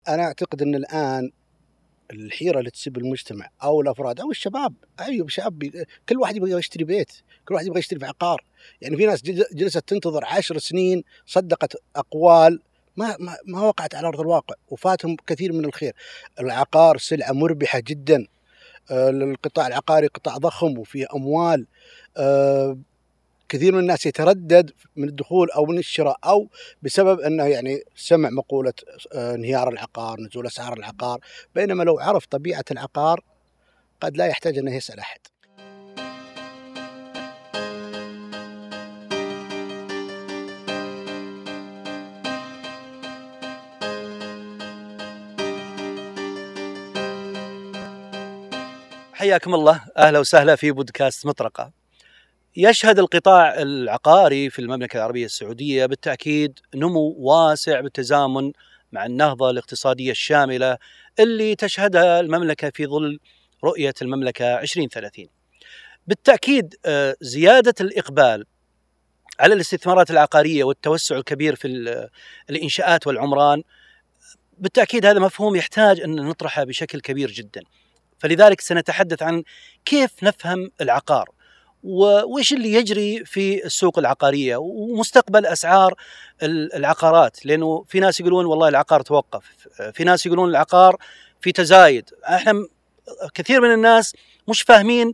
أنا أعتقد أن الآن الحيرة اللي تصيب المجتمع أو الأفراد أو الشباب، أيوة شاب، كل واحد يبغى يشتري بيت، كل واحد يبغى يشتري في عقار. يعني في ناس جلست تنتظر 10 سنين، صدقت أقوال ما وقعت على أرض الواقع، وفاتهم كثير من الخير. العقار سلعة مربحة جدا. القطاع العقاري قطاع ضخم وفيه أموال. كثير من الناس يتردد من الدخول أو من الشراء، أو بسبب أنه يعني سمع مقولة انهيار العقار، نزول أسعار العقار. بينما لو عرف طبيعة العقار قد لا يحتاج أنه يسأل أحد. حياكم الله، أهلا وسهلا في بودكاست مطرقة. يشهد القطاع العقاري في المملكة العربية السعودية بالتأكيد نمو واسع بالتزامن مع النهضة الاقتصادية الشاملة اللي تشهدها المملكة في ظل رؤية المملكة 2030. بالتأكيد زيادة الإقبال على الاستثمارات العقارية والتوسع الكبير في الإنشاءات والعمران، بالتأكيد هذا مفهوم يحتاج أن نطرحه بشكل كبير جدا. فلذلك سنتحدث عن كيف نفهم العقار وإيش اللي يجري في السوق العقارية ومستقبل أسعار العقارات، لأنه في ناس يقولون والله العقار توقف، في ناس يقولون العقار في تزايد. احنا كثير من الناس مش فاهمين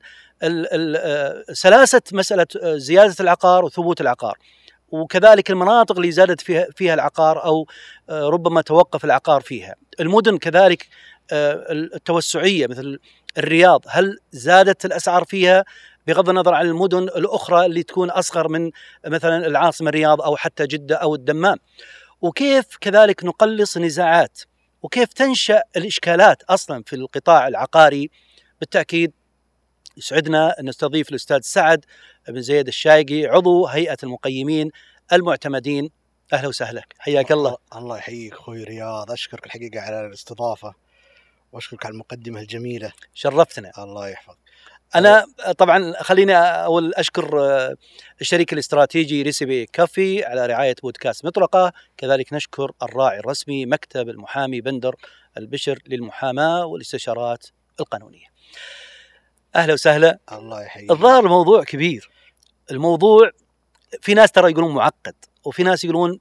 سلاسة مسألة زيادة العقار وثبوت العقار، وكذلك المناطق اللي زادت فيها العقار أو ربما توقف العقار فيها. المدن كذلك التوسعية مثل الرياض، هل زادت الأسعار فيها بغض النظر عن المدن الأخرى اللي تكون أصغر من مثلا العاصمة الرياض أو حتى جدة أو الدمام؟ وكيف كذلك نقلص نزاعات، وكيف تنشأ الإشكالات أصلا في القطاع العقاري. بالتأكيد يسعدنا أن نستضيف الأستاذ سعد بن زيد الشايقي، عضو هيئة المقيمين المعتمدين. أهلا وسهلا، حياك الله. الله يحييك أخوي رياض، أشكرك الحقيقة على الاستضافة، وأشكرك على المقدمة الجميلة، شرفتنا. الله يحفظ. أنا طبعا خليني أول أشكر الشريك الاستراتيجي ريسيبي كافي على رعاية بودكاست مطرقة. كذلك نشكر الراعي الرسمي مكتب المحامي بندر البشر للمحاماة والاستشارات القانونية. أهلا وسهلا. الله يحييك. الظاهر الموضوع كبير، الموضوع في ناس ترى يقولون معقد، وفي ناس يقولون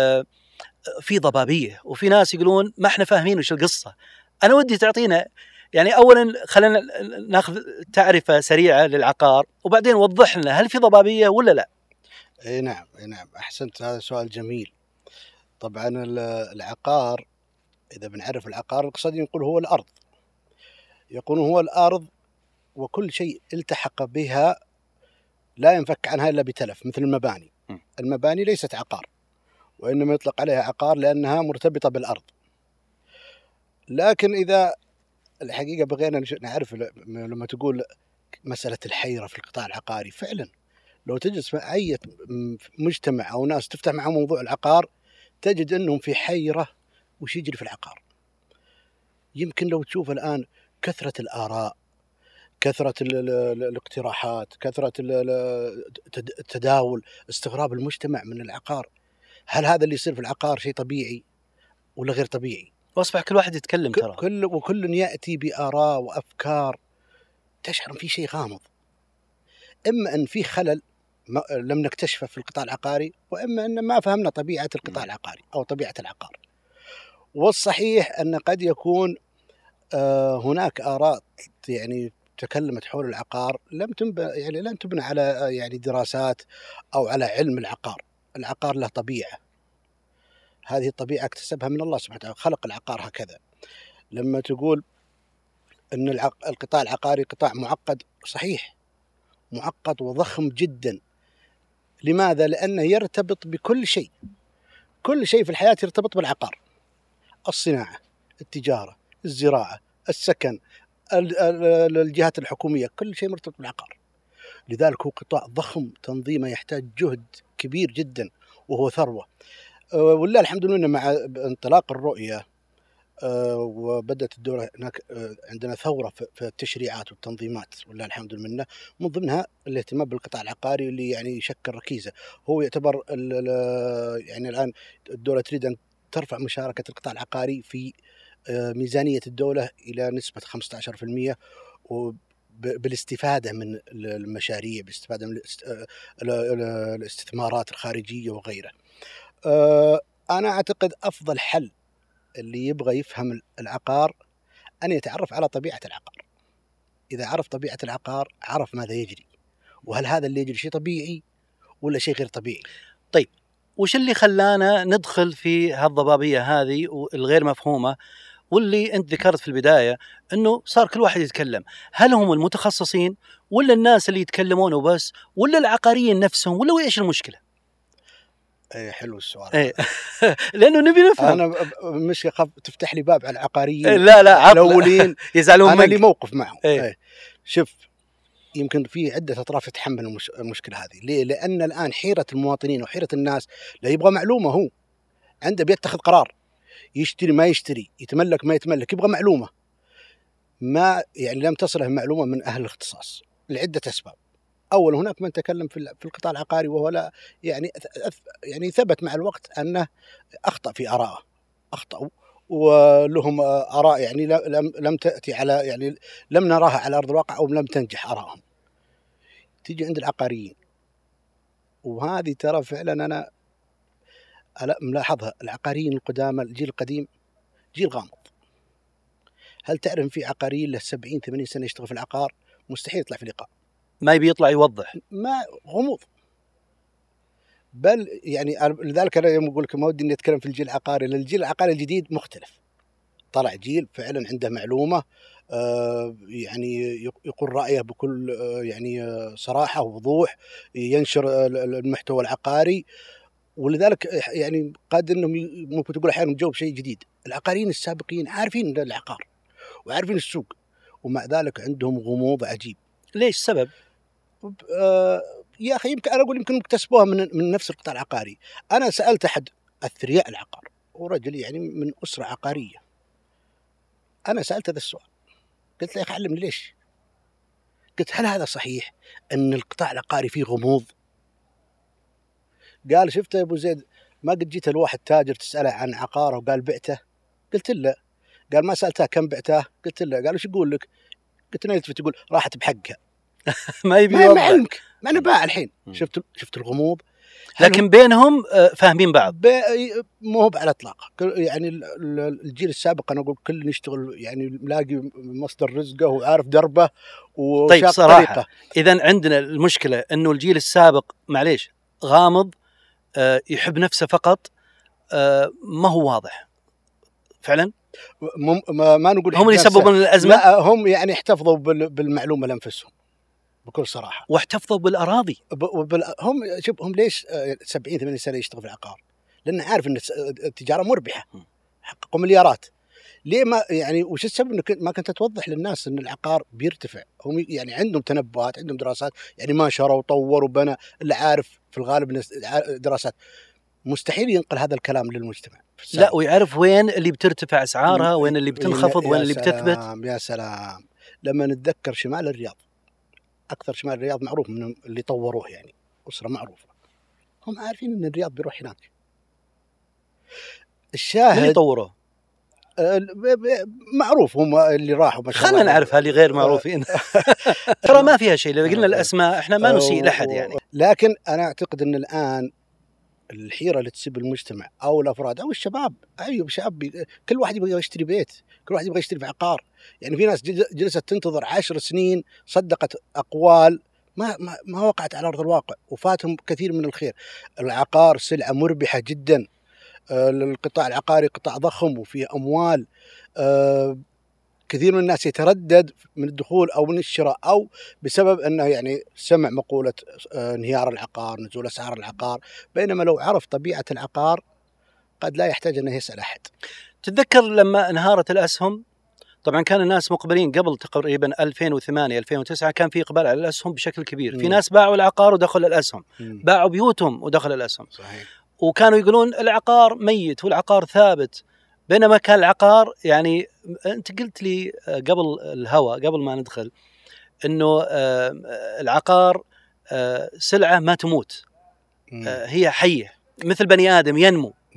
في ضبابية، وفي ناس يقولون ما احنا فاهمين وش القصة. أنا ودي تعطينا يعني أولا خلينا ناخذ تعرفة سريعة للعقار، وبعدين وضح لنا هل في ضبابية ولا لا. نعم أحسنت، هذا سؤال جميل. طبعا العقار، إذا بنعرف العقار الاقتصادي نقول هو الأرض، يقول هو الأرض وكل شيء التحق بها لا ينفك عنها إلا بتلف، مثل المباني. المباني ليست عقار، وإنما يطلق عليها عقار لأنها مرتبطة بالأرض. لكن إذا الحقيقة بغينا نعرف، لما تقول مسألة الحيرة في القطاع العقاري، فعلا لو تجلس مع أي مجتمع أو ناس تفتح معهم موضوع العقار تجد أنهم في حيرة وش يجري في العقار. يمكن لو تشوف الآن كثرة الآراء، كثرة الاقتراحات، كثرة التداول، استغراب المجتمع من العقار. هل هذا اللي يصير في العقار شيء طبيعي ولا غير طبيعي؟ واصبح كل واحد يتكلم، ترى وكل يأتي بآراء وأفكار، تشعر أن في شيء غامض. إما أن في خلل لم نكتشفه في القطاع العقاري، وإما أن ما فهمنا طبيعة القطاع العقاري أو طبيعة العقار. والصحيح أن قد يكون هناك آراء يعني تكلمت حول العقار لم تبنى على يعني دراسات أو على علم العقار. العقار له طبيعة، هذه الطبيعة اكتسبها من الله سبحانه وتعالى، خلق العقار هكذا. لما تقول أن القطاع العقاري قطاع معقد، صحيح معقد وضخم جدا. لماذا؟ لأنه يرتبط بكل شيء، كل شيء في الحياة يرتبط بالعقار. الصناعة، التجارة، الزراعة، السكن، الجهات الحكومية، كل شيء مرتبط بالعقار. لذلك هو قطاع ضخم، تنظيمه يحتاج جهد كبير جدا، وهو ثروة. والله الحمد لله مع انطلاق الرؤية وبدأت الدولة هناك عندنا ثورة في التشريعات والتنظيمات، والله الحمد لله، من ضمنها الاهتمام بالقطاع العقاري اللي يعني يشكل ركيزة. هو يعتبر يعني الآن الدولة تريد أن ترفع مشاركة القطاع العقاري في ميزانية الدولة إلى نسبة 15% بالاستفادة من المشاريع، بالاستفادة من الاستثمارات الخارجية وغيره. أنا أعتقد أفضل حل اللي يبغى يفهم العقار أن يتعرف على طبيعة العقار. إذا عرف طبيعة العقار عرف ماذا يجري، وهل هذا اللي يجري شيء طبيعي ولا شيء غير طبيعي. طيب وش اللي خلانا ندخل في هالضبابية هذه والغير مفهومة، واللي أنت ذكرت في البداية أنه صار كل واحد يتكلم؟ هل هم المتخصصين ولا الناس اللي يتكلمون وبس ولا العقاريين نفسهم ولا إيش المشكلة؟ حلو السؤال. لأنه نبي نفهم. أنا مش أخاف تفتح لي باب على العقاريين. لا الأولين يزعلون منك. أنا لي موقف معهم. شوف، يمكن في عدة أطراف تتحمل المشكلة هذه. ليه؟ لأن الآن حيرة المواطنين وحيرة الناس، لا يبغى معلومة، هو عنده بيتخذ قرار، يشتري ما يشتري، يتملك ما يتملك، يبغى معلومة. ما يعني لم تصله معلومة من أهل الاختصاص لعدة أسباب. أول، هناك من تكلم في القطاع العقاري وهو لا يعني ثبت مع الوقت أنه أخطأ في آرائه، أخطأوا ولهم آراء يعني لم تأتي على، يعني لم نراها على أرض الواقع أو لم تنجح آرائهم. تيجي عند العقاريين، وهذه ترى فعلا أنا ملاحظها، العقاريين القدامى، الجيل القديم جيل غامض. هل تعرف في عقاريين له 70-80 سنة يشتغل في العقار مستحيل يطلع في لقاء، ما يبي يطلع يوضح، ما غموض. بل يعني لذلك أنا يوم أقول لك ما ودي إني أتكلم في الجيل العقاري، لأن الجيل العقاري الجديد مختلف. طلع جيل فعلا عنده معلومة، يعني يقول رأيه بكل يعني صراحة ووضوح، ينشر المحتوى العقاري. ولذلك يعني قد انهم ممكن تقول احيانا نجاوب شيء جديد. العقاريين السابقين عارفين العقار وعارفين السوق، ومع ذلك عندهم غموض عجيب. ليش السبب؟ يا اخي يمكن انا اقول يمكن اكتسبوها من نفس القطاع العقاري. انا سالت احد اثرياء العقار ورجل يعني من اسره عقاريه، انا سالت هذا السؤال، قلت له يا اخي علمني ليش. قلت هل هذا صحيح ان القطاع العقاري فيه غموض؟ قال شفت يا ابو زيد، ما قد جيت الواحد تاجر تساله عن عقاره وقال بعته؟ قلت له. قال ما سالته كم بعته؟ قلت له. قال وش يقول لك؟ قلت له يلتفت يقول راحت بحقها. ما يبي يوضح، ما علمك، ما انا باع الحين. شفت الغموض. لكن بينهم فاهمين بعض، مو هو على الاطلاق. يعني الجيل السابق انا اقول كل يشتغل يعني ملاقي مصدر رزقه وعارف دربه وشاف. طيب صراحه اذا عندنا المشكله انه الجيل السابق معليش غامض، يحب نفسه فقط، ما هو واضح فعلا. ما نقول هم اللي يسببون الازمه، لا هم يعني احتفظوا بالمعلومه لانفسهم بكل صراحه، واحتفظوا بالاراضي. هم شوف، هم ليش 70-80 سنه يشتغل في العقار؟ لانه عارف ان التجاره مربحه، حققوا مليارات. ليه ما يعني وش السبب انك ما كنت توضح للناس ان العقار بيرتفع؟ هم يعني عندهم تنبؤات، عندهم دراسات، يعني ما شروا وطوروا وبنى، اللي عارف في الغالب دراسات. مستحيل ينقل هذا الكلام للمجتمع. لا، ويعرف وين اللي بترتفع اسعارها، وين اللي بتنخفض، وين اللي بتثبت. يا سلام لما نتذكر شمال الرياض، اكثر شمال الرياض معروف من اللي طوروه، يعني اسره معروفه، هم عارفين ان الرياض بيروح هناك. الشاهد اللي طوروه معروف، هم اللي راحوا. خلينا نعرف هذه غير معروفين. ترى ما فيها شيء، لو قلنا الاسماء احنا ما نسيء لاحد يعني. لكن انا اعتقد ان الان الحيرة اللي تصيب المجتمع أو الأفراد أو الشباب، أيوة شاب، كل واحد يبغى يشتري بيت، كل واحد يبغى يشتري في عقار. يعني في ناس جلست تنتظر 10 سنين، صدقت أقوال ما وقعت على أرض الواقع، وفاتهم كثير من الخير. العقار سلعة مربحة جدا، القطاع العقاري قطاع ضخم وفيه أموال. كثير من الناس يتردد من الدخول أو من الشراء، أو بسبب أنه يعني سمع مقولة انهيار العقار، نزول أسعار العقار، بينما لو عرف طبيعة العقار قد لا يحتاج أنه يسأل أحد. تتذكر لما انهارت الأسهم؟ طبعا كان الناس مقبلين قبل تقريبا 2008-2009، كان في إقبال على الأسهم بشكل كبير. في ناس باعوا العقار ودخلوا الأسهم، باعوا بيوتهم ودخلوا الأسهم. صحيح. وكانوا يقولون العقار ميت والعقار ثابت، بينما كان العقار يعني أنت قلت لي قبل الهوى قبل ما ندخل إنه العقار سلعة ما تموت، هي حية مثل بني آدم ينمو. نعم.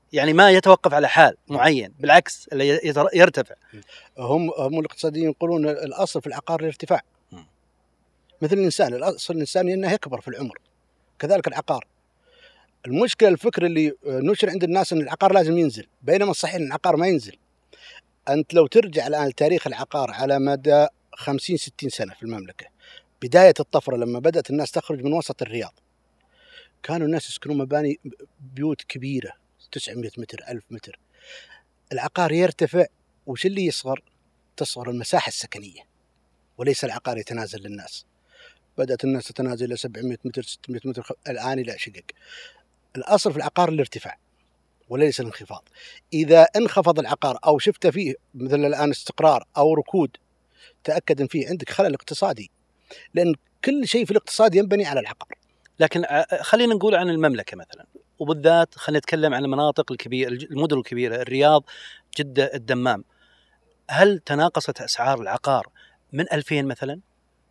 يعني ما يتوقف على حال معين، بالعكس اللي يرتفع. هم الاقتصاديين يقولون الأصل في العقار الارتفاع، مثل الإنسان الأصل الإنساني أنه يكبر في العمر، كذلك العقار. المشكلة الفكر اللي نشر عند الناس أن العقار لازم ينزل، بينما الصحيح أن العقار ما ينزل. أنت لو ترجع الآن لتاريخ العقار على مدى 50-60 سنة في المملكة، بداية الطفرة لما بدأت الناس تخرج من وسط الرياض، كانوا الناس يسكنون مباني بيوت كبيرة 900 متر 1000 متر. العقار يرتفع، وش اللي يصغر؟ تصغر المساحة السكنية، وليس العقار يتنازل للناس. بدأت الناس تتنازل إلى 700 متر 600 متر، الآن إلى شقق. الأصل في العقار الارتفاع وليس الانخفاض. إذا انخفض العقار أو شفت فيه مثل الآن استقرار أو ركود، تأكد أن فيه عندك خلل اقتصادي، لأن كل شيء في الاقتصاد ينبني على العقار. لكن خلينا نقول عن المملكة مثلا، وبالذات خلينا نتكلم عن المناطق الكبيرة، المدن الكبيرة، الرياض، جدة، الدمام. هل تناقصت أسعار العقار من 2000 مثلا؟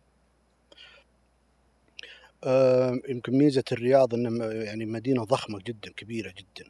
يمكن ميزة الرياض أنه يعني مدينة ضخمة جدا، كبيرة جدا،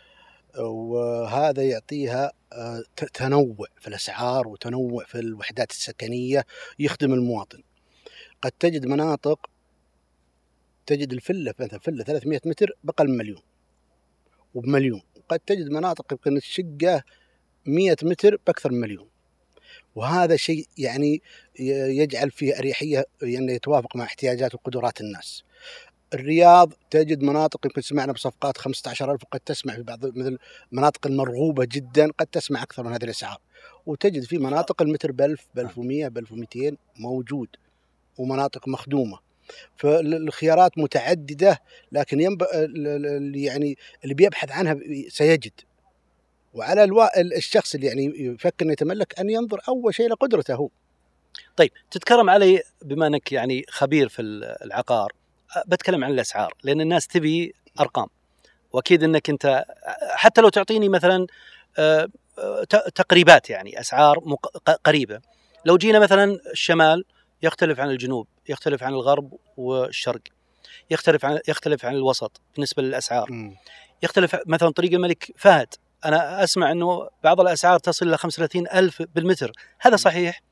وهذا يعطيها تنوع في الأسعار وتنوع في الوحدات السكنية يخدم المواطن. قد تجد مناطق تجد الفلة مثلا فلة 300 متر بأقل من مليون وبمليون، وقد تجد مناطق يمكن الشقة 100 متر بأكثر من مليون. وهذا شيء يعني يجعل فيه أريحية، يعني يتوافق مع احتياجات وقدرات الناس. الرياض تجد مناطق يمكن سمعنا بصفقات 15,000، وقد تسمع في بعض مثل المناطق المرغوبة جدا قد تسمع أكثر من هذه الأسعار. وتجد في مناطق المتر ب1000 ب1100 ب1200 موجود، ومناطق مخدومة. فالخيارات متعددة، لكن يعني اللي بيبحث عنها سيجد. وعلى الشخص اللي يعني يفكر انه يتملك ان ينظر اول شيء لقدرته هو. طيب تتكرم علي بما انك يعني خبير في العقار، بتكلم عن الاسعار لان الناس تبي ارقام، واكيد انك انت حتى لو تعطيني مثلا تقريبات، يعني اسعار قريبه. لو جينا مثلا الشمال يختلف عن الجنوب، يختلف عن الغرب والشرق، يختلف عن الوسط بالنسبه للاسعار. يختلف مثلا طريق الملك فهد، أنا أسمع أنه بعض الأسعار تصل إلى 35,000 بالمتر، هذا صحيح؟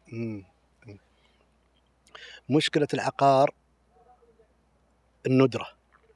مشكلة العقار الندرة.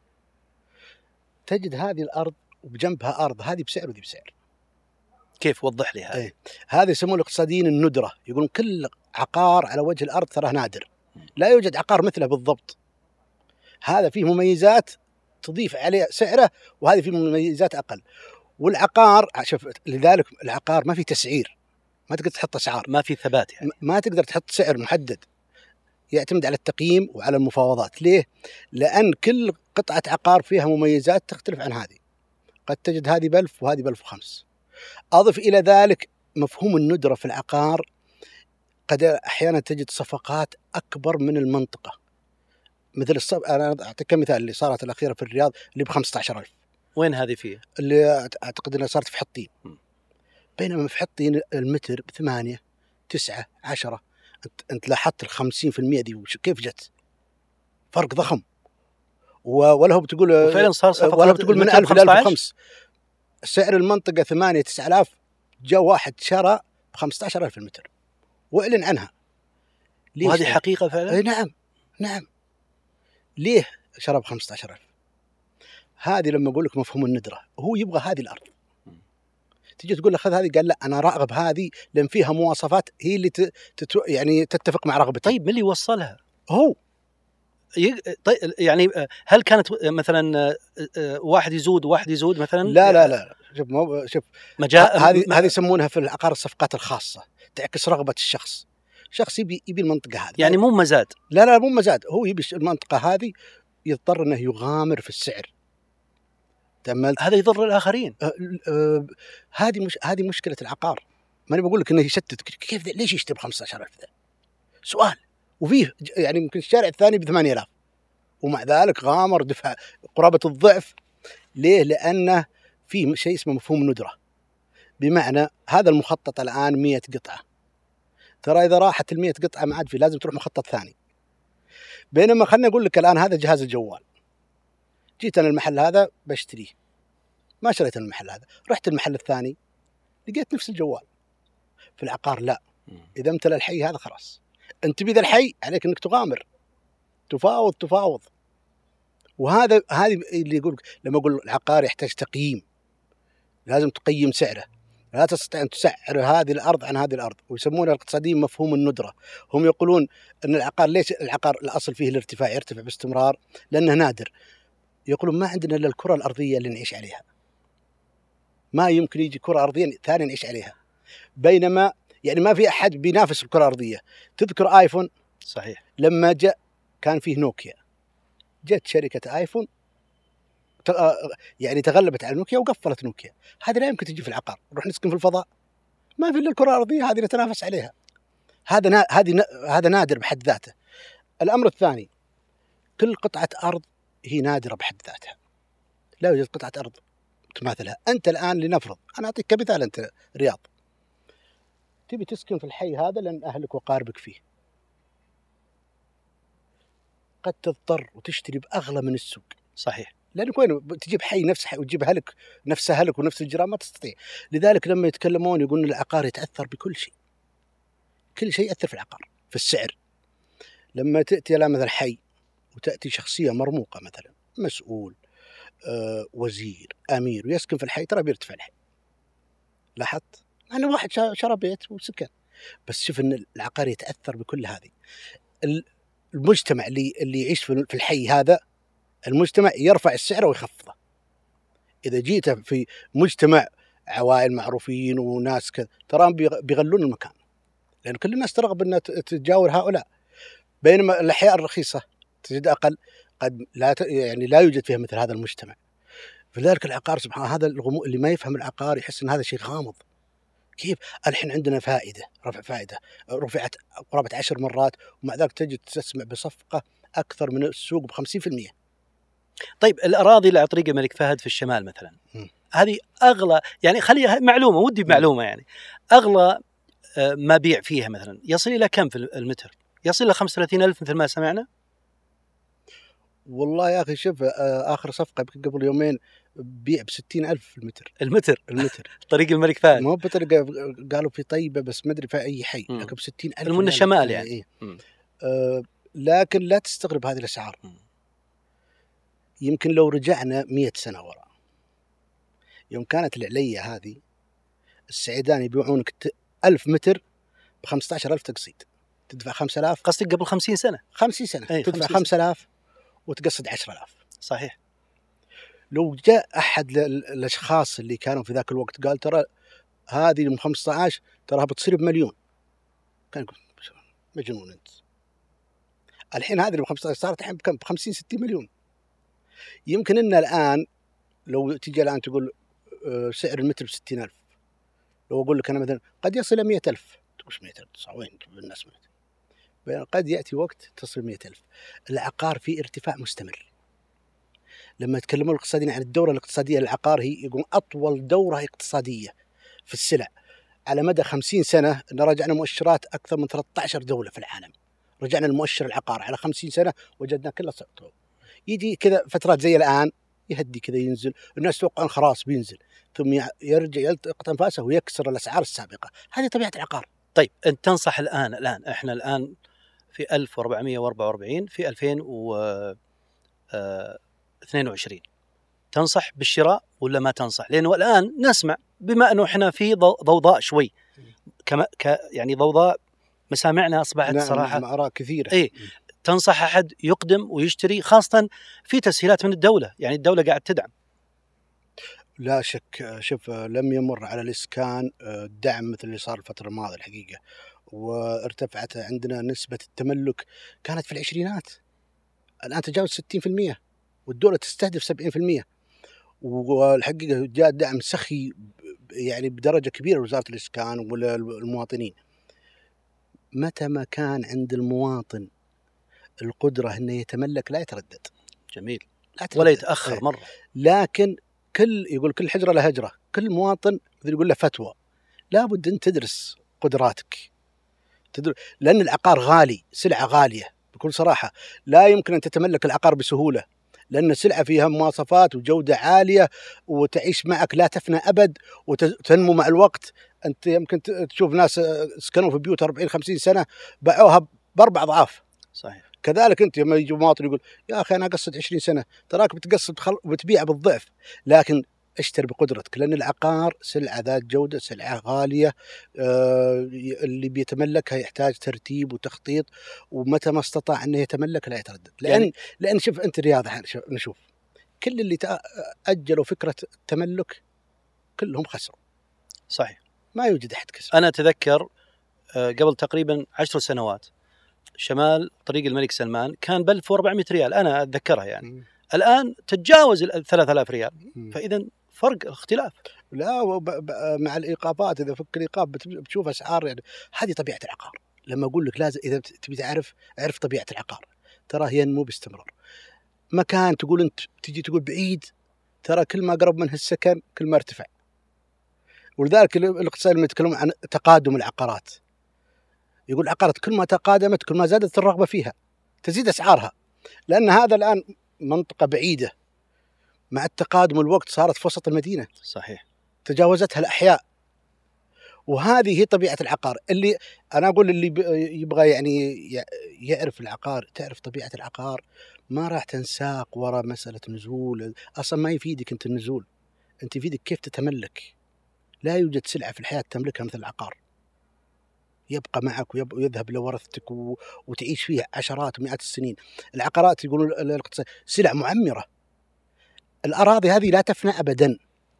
تجد هذه الأرض وبجنبها أرض، هذه بسعر وذي بسعر. كيف؟ وضح لي هذا. هذا يسمونه الاقتصاديين الندرة، يقولون كل عقار على وجه الأرض تراه نادر، لا يوجد عقار مثله بالضبط. هذا فيه مميزات تضيف عليه سعره، وهذه فيه مميزات أقل. والعقار شوف، لذلك العقار ما في تسعير، ما تقدر تحط أسعار، ما في ثبات، يعني ما تقدر تحط سعر محدد، يعتمد على التقييم وعلى المفاوضات. ليه؟ لأن كل قطعة عقار فيها مميزات تختلف عن هذه، قد تجد هذه ب1000 وهذه ب1500. أضف إلى ذلك مفهوم الندرة في العقار، قد أحيانا تجد صفقات أكبر من المنطقة، مثل أنا أعطيك كمثال اللي صارت الأخيرة في الرياض اللي ب15,000. وين هذه فيه؟ اللي أعتقد أنها صارت في حطين، بينما في حطين المتر ب8 9 10. أنت لاحظت 50% دي كيف جت؟ فرق ضخم. ولا هو بتقول وفعلا صار صفقات، ولا بتقول من 1000 إلى 1005. سعر المنطقة 8 9,000، جاء واحد شرى ب15,000 المتر واعلن عنها. وهذه حقيقة فعلا؟ نعم. ليه شرى ب15,000؟ هذه لما أقول لك مفهوم الندرة، هو يبغى هذه الأرض، تيجي تقول له خذ هذه، قال لا أنا راغب هذه لأن فيها مواصفات هي اللي يعني تتفق مع رغبتي. طيب من اللي وصلها؟ هو طيب يعني هل كانت مثلا واحد يزود مثلا؟ لا شوف هذه يسمونها في العقار الصفقات الخاصة، تعكس رغبة الشخص. شخص يبي المنطقة هذه، يعني مو مزاد. لا مو مزاد، هو يبي المنطقة هذه، يضطر انه يغامر في السعر. هذا يضر الآخرين. هذه مشكلة العقار. ما أنا بقول لك إنه يشتت، كيف ليش يشتري ب15,000 ذا؟ سؤال. وفيه يعني يمكن الشارع الثاني ب8,000، ومع ذلك غامر دفع قرابة الضعف. ليه؟ لأنه في شيء اسمه مفهوم الندرة، بمعنى هذا المخطط الآن 100 قطعة، ترى إذا راحت ال100 قطعة ما عاد في، لازم تروح مخطط ثاني. بينما خلنا نقول لك الآن هذا جهاز الجوال، جيت أنا المحل هذا بشتريه ما شريت المحل هذا، رحت المحل الثاني لقيت نفس الجوال. في العقار لا، إذا امتلأ الحي هذا خلاص، أنت تبي ذا الحي عليك أنك تغامر، تفاوض. هذه اللي يقول لما أقول العقار يحتاج تقييم، لازم تقيم سعره، لا تستطيع أن تسعر هذه الأرض عن هذه الأرض. ويسمونها الاقتصاديين مفهوم الندرة. هم يقولون أن العقار ليش العقار الأصل فيه الارتفاع، يرتفع باستمرار لأنه نادر. يقولون ما عندنا إلا الكرة الأرضية اللي نعيش عليها، ما يمكن يجي كرة أرضية ثانية نعيش عليها. بينما يعني ما في أحد بينافس الكرة الأرضية. تذكر آيفون؟ صحيح. لما جاء كان فيه نوكيا، جت شركة آيفون يعني تغلبت على نوكيا وقفلت نوكيا. هذا لا يمكن تجي في العقار. نروح نسكن في الفضاء، ما في إلا الكرة الأرضية هذه نتنافس عليها. هذا نادر بحد ذاته. الأمر الثاني، كل قطعة أرض هي نادرة بحد ذاتها، لا يوجد قطعة أرض تماثلها. أنت الآن لنفرض، أنا أعطيك كمثال، أنت رياض تبي تسكن في الحي هذا لأن أهلك وقاربك فيه، قد تضطر وتشتري بأغلى من السوق. صحيح. لأنك وين تجيب حي نفس حي وتجيب أهلك نفس أهلك ونفس الجيران، ما تستطيع. لذلك لما يتكلمون يقولون العقار يتأثر بكل شيء، كل شيء يأثر في العقار، في السعر. لما تأتي إلى مثلا حي وتأتي شخصية مرموقة مثلا مسؤول، وزير، أمير، ويسكن في الحي، ترى بيرتفع الحي. لاحظت؟ أنا واحد شرى بيت وسكن، بس شوف أن العقار يتأثر بكل هذه. المجتمع اللي يعيش في الحي هذا، المجتمع يرفع السعر ويخفضه. إذا جيت في مجتمع عوائل معروفين وناس كذا، تراهم بيغلون المكان، لأن كل الناس ترغب أن تتجاور هؤلاء. بينما الأحياء الرخيصة تجد أقل، قد لا يوجد فيها مثل هذا المجتمع. فلذلك العقار سبحان الله، هذا اللي ما يفهم العقار يحس أن هذا شيء غامض. كيف الحين عندنا رفع فائدة رفعت قرابة 10 مرات، ومع ذلك تجد تسمع بصفقة أكثر من السوق ب50%. طيب الأراضي اللي على طريق الملك فهد في الشمال مثلا، هذه أغلى، يعني خليها معلومة، ودي بمعلومة، يعني أغلى ما بيع فيها مثلا يصل إلى كم في المتر؟ يصل إلى 35,000 مثل ما سمعنا. والله يا أخي شوف، آخر صفقة قبل يومين بيع ب60,000 في المتر. طريق الملك فهد، ما قالوا في طيبة، بس ما أدري في أي حي، لكن ب60,000 المنى الشمال يعني. إيه. لكن لا تستغرب هذه الأسعار. يمكن لو رجعنا 100 سنة وراء، يوم كانت العلية هذه السعيدان يبيعونك 1000 متر ب15,000 تقسيط، تدفع 5,000. قصدك قبل 50 سنة؟ 50 سنة تدفع 5,000 وتقسط 10,000. صحيح. لو جاء أحد الأشخاص اللي كانوا في ذاك الوقت قال ترى هذه من 15 تراها بتصير ب1,000,000، كان يقول مجنون أنت. الحين هذه ب 15 صارت الحين بكم؟ ب50-60 مليون. يمكن إن الآن لو تجي الآن تقول سعر المتر ب60,000، لو أقول لك أنا مثلا قد يصل إلى 100,000، تقول 100,000 وين الناس قد يأتي وقت تصل 100,000. العقار في ارتفاع مستمر. لما يتكلمون الاقتصاديين عن الدورة الاقتصادية للعقار، هي يقولون أطول دورة اقتصادية في السلع على مدى 50 سنة. إن رجعنا مؤشرات أكثر من 13 دولة في العالم، رجعنا المؤشر العقار على 50 سنة وجدنا كله صعود. يجي كذا فترات زي الآن يهدي كذا ينزل، الناس توقعون خلاص بينزل، ثم يرجع يلتقط أنفاسه ويكسر الأسعار السابقة. هذه طبيعة العقار. طيب أنت تنصح الآن إحنا الآن في 1444 في 2022، تنصح بالشراء ولا ما تنصح؟ لأنه الآن نسمع بما أنه إحنا في ضوضاء شوي، يعني ضوضاء مسامعنا أصبحت صراحة آراء كثيرة. إيه، تنصح أحد يقدم ويشتري، خاصة في تسهيلات من الدولة، يعني الدولة قاعد تدعم. لا شك. شوف، لم يمر على الإسكان دعم مثل اللي صار الفترة الماضية الحقيقة، وارتفعت عندنا نسبة التملك، كانت في العشرينات، الآن تجاوز 60%، والدولة تستهدف 70%. والحقيقة جاء دعم سخي يعني بدرجة كبيرة لوزارة الإسكان والمواطنين. متى ما كان عند المواطن القدرة أنه يتملك لا يتردد. جميل. ولا يتأخر مرة. لكن يقول كل حجرة لها هجرة. كل مواطن يقول له فتوى، لابد أن تدرس قدراتك، لأن العقار غالي، سلعة غالية بكل صراحة. لا يمكن أن تتملك العقار بسهولة، لأن السلعة فيها مواصفات وجودة عالية وتعيش معك لا تفنى أبد وتنمو مع الوقت. أنت يمكن تشوف ناس سكنوا في بيوت 40-50 سنة باعوها بأربع أضعاف. صحيح. كذلك أنت لما يجي مواطن يقول يا أخي أنا قصد 20 سنة، تراك بتقصد وبتبيع بالضعف، لكن اشتري بقدرتك، لأن العقار سلعة ذات جودة، سلعة غالية. اللي بيتملكها يحتاج ترتيب وتخطيط، ومتى ما استطاع أنه يتملك لا يتردد. لأن شوف أنت رياض، نشوف كل اللي أجلوا فكرة التملك كلهم خسروا. صحيح. ما يوجد أحد كسب. أنا أتذكر قبل تقريبا 10 سنوات شمال طريق الملك سلمان كان ب 1400 ريال، أنا أتذكرها يعني. الآن تتجاوز 3000 ريال. فإذا فرق اختلاف. لا مع الإيقافات، إذا فك الإيقاف بتشوف أسعار. يعني هذه طبيعة العقار. لما أقول لك لازم إذا تبي تعرف طبيعة العقار، ترى ينمو باستمرار. مكان تقول أنت تجي تقول بعيد، ترى كل ما قرب منه السكن كل ما ارتفع. ولذلك الاقتصاد لما يتكلمون عن تقادم العقارات، يقول العقارات كل ما تقادمت كل ما زادت الرغبة فيها، تزيد أسعارها، لأن هذا الآن منطقة بعيدة، مع التقادم الوقت صارت في وسط المدينة. صحيح. تجاوزتها الأحياء. وهذه هي طبيعة العقار. اللي أنا أقول اللي يبغى يعني يعرف العقار، تعرف طبيعة العقار، ما راح تنساق وراء مسألة نزول. أصلا ما يفيدك أنت النزول، أنت يفيدك كيف تتملك. لا يوجد سلعة في الحياة تملكها مثل العقار، يبقى معك ويذهب لورثتك وتعيش فيها عشرات ومئات السنين. العقارات يقولون الاقتصاد سلع معمرة. الأراضي هذه لا تفنى أبدا.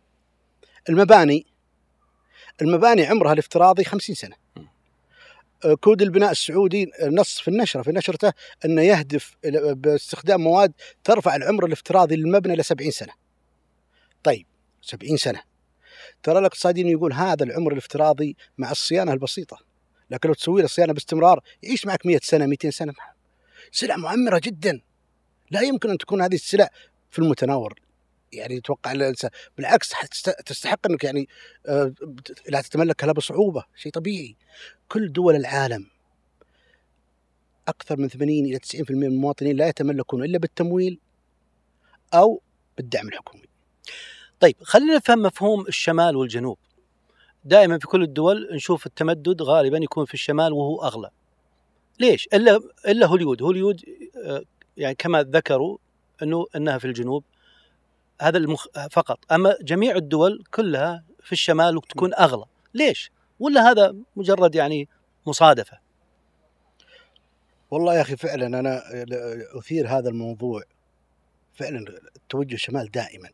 المباني عمرها الافتراضي 50 سنة. كود البناء السعودي نص في نشرته أنه يهدف باستخدام مواد ترفع العمر الافتراضي للمبنى إلى 70 سنة. طيب 70 سنة، ترى الاقتصاديين يقول هذا العمر الافتراضي مع الصيانة البسيطة، لكن لو تسوي له صيانة باستمرار يعيش معك 100 سنة 200 سنة. سلع معمرة جدا، لا يمكن أن تكون هذه السلع في المتناول. يعني يتوقع الإنسان بالعكس تستحق أنك يعني لا تتملكها بصعوبة، شيء طبيعي. كل دول العالم أكثر من 80 إلى 90% من المواطنين لا يتملكون إلا بالتمويل أو بالدعم الحكومي. طيب خلينا نفهم مفهوم الشمال والجنوب. دائما في كل الدول نشوف التمدد غالبا يكون في الشمال وهو أغلى. ليش؟ إلا هوليوود يعني كما ذكروا أنها في الجنوب، هذا فقط. أما جميع الدول كلها في الشمال وتكون أغلى. ليش؟ ولا هذا مجرد يعني مصادفة؟ والله يا أخي فعلا أنا أثير هذا الموضوع. فعلا التوجه الشمال دائما،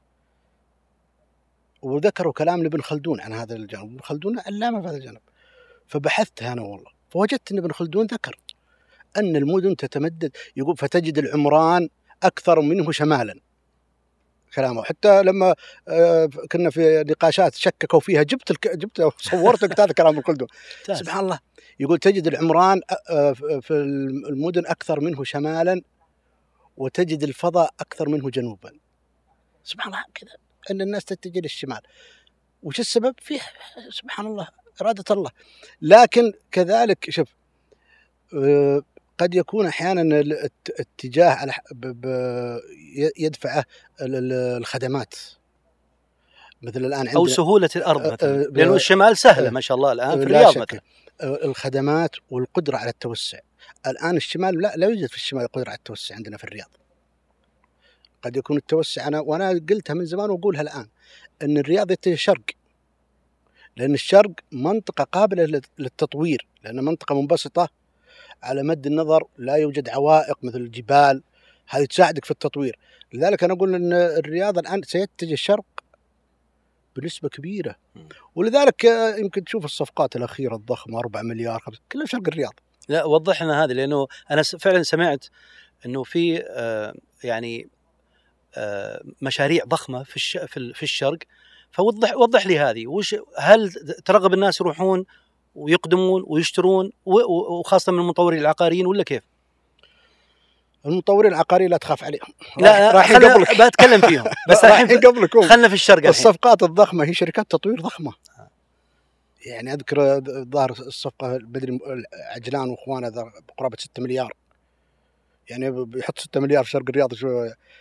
وذكروا كلام لابن خلدون عن هذا الجانب. ابن خلدون علامة في هذا الجانب، فبحثت أنا والله فوجدت أن ابن خلدون ذكر أن المدن تتمدد، يقول فتجد العمران أكثر منه شمالا. كلامه حتى لما كنا في نقاشات شككوا فيها جبت صورت هذا كلام ابن خلدون. سبحان الله، يقول تجد العمران في المدن أكثر منه شمالا، وتجد الفضاء أكثر منه جنوبا. سبحان الله كذا أن الناس تتجه للشمال. وش السبب فيه؟ سبحان الله، إرادة الله. لكن كذلك شوف قد يكون أحيانا الاتجاه يدفعه الخدمات، مثل الآن عندنا أو سهولة الأرض مثلا، لأن الشمال سهلة ما شاء الله الآن في الرياض مثلا. الخدمات والقدرة على التوسع. الآن الشمال لا يوجد في الشمال القدرة على التوسع عندنا في الرياض. قد يكون التوسع وأنا قلتها من زمان وأقولها الآن، أن الرياض يتجه الشرق، لأن الشرق منطقة قابلة للتطوير، لأن منطقة منبسطة على مد النظر، لا يوجد عوائق مثل الجبال، هذه تساعدك في التطوير. لذلك أنا أقول أن الرياض الآن سيتجه الشرق بنسبة كبيرة. ولذلك يمكن تشوف الصفقات الأخيرة الضخمة 4 مليار 5 كلها شرق الرياض. لا وضح لنا هذه، لأنه أنا فعلا سمعت أنه في يعني مشاريع ضخمة في الشرق. فوضح لي هذه، هل ترغب الناس يروحون ويقدمون ويشترون، وخاصة من المطورين العقاريين، ولا كيف؟ المطورين العقاريين لا تخاف عليهم، لا راح بتكلم فيهم بس الحين قبلكم خلنا في الشرق. الصفقات الضخمة هي شركات تطوير ضخمة. يعني أذكر ظهر الصفقة بدري عجلان وإخوانه بقرابة 6 مليار. يعني بيحط 6 مليار في شرق الرياض، شو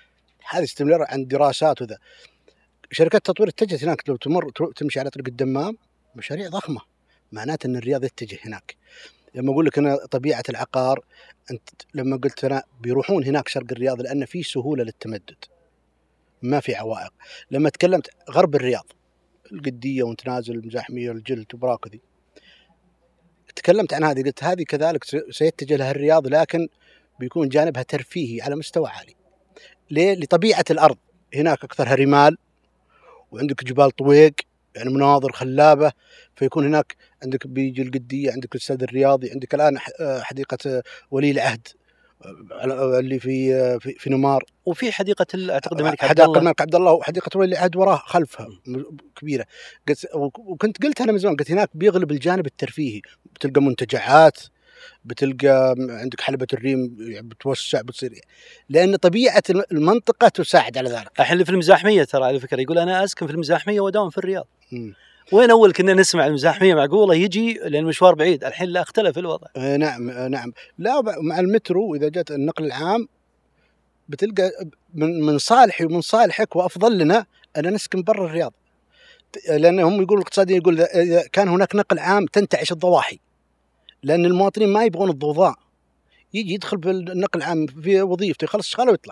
هذه استمرار عن دراسات وذا. شركات تطوير اتجهت هناك، لو تمشي على طريق الدمام مشاريع ضخمة، معناته أن الرياض يتجه هناك. لما أقول لك أنا طبيعة العقار، أنت لما قلت أنا بيروحون هناك شرق الرياض لأن في سهولة للتمدد، ما في عوائق. لما تكلمت غرب الرياض، القدية وانت نازل المزاحمية والجلد وبراكذي، تكلمت عن هذه، قلت هذه كذلك سيتجه لها الرياض، لكن بيكون جانبها ترفيهي على مستوى عالي. ليه؟ لطبيعة الأرض هناك أكثرها رمال، وعندك جبال طويق يعني مناظر خلابة، فيكون هناك عندك بيجي القدية، عندك الاستاد الرياضي، عندك الآن حديقة ولي العهد اللي في نمار، وفي حديقة أعتقد الملك عبد حديقة الله. الملك عبد الله، وحديقة ولي العهد وراه خلفها كبيرة. وكنت قلت أنا من زمان، قلت هناك بيغلب الجانب الترفيهي، بتلقى منتجعات، بتلقى عندك حلبة الريم بتوسع بتصير، لأن طبيعة المنطقة تساعد على ذلك. الحين في المزاحمية ترى على فكرة يقول أنا أسكن في المزاحمية وداوم في الرياض. وين أول كنا نسمع المزاحمية معقولة يجي لأن المشوار بعيد، الحين لا اختلف الوضع. نعم لا، مع المترو إذا جاءت النقل العام بتلقى من صالحي ومن صالحك وأفضل لنا أن نسكن برا الرياض، لأن هم يقولوا الاقتصاديين يقول إذا كان هناك نقل عام تنتعش الضواحي، لأن المواطنين ما يبغون الضوضاء. يجي يدخل في النقل العام في وظيفته يخلص شغاله ويطلع،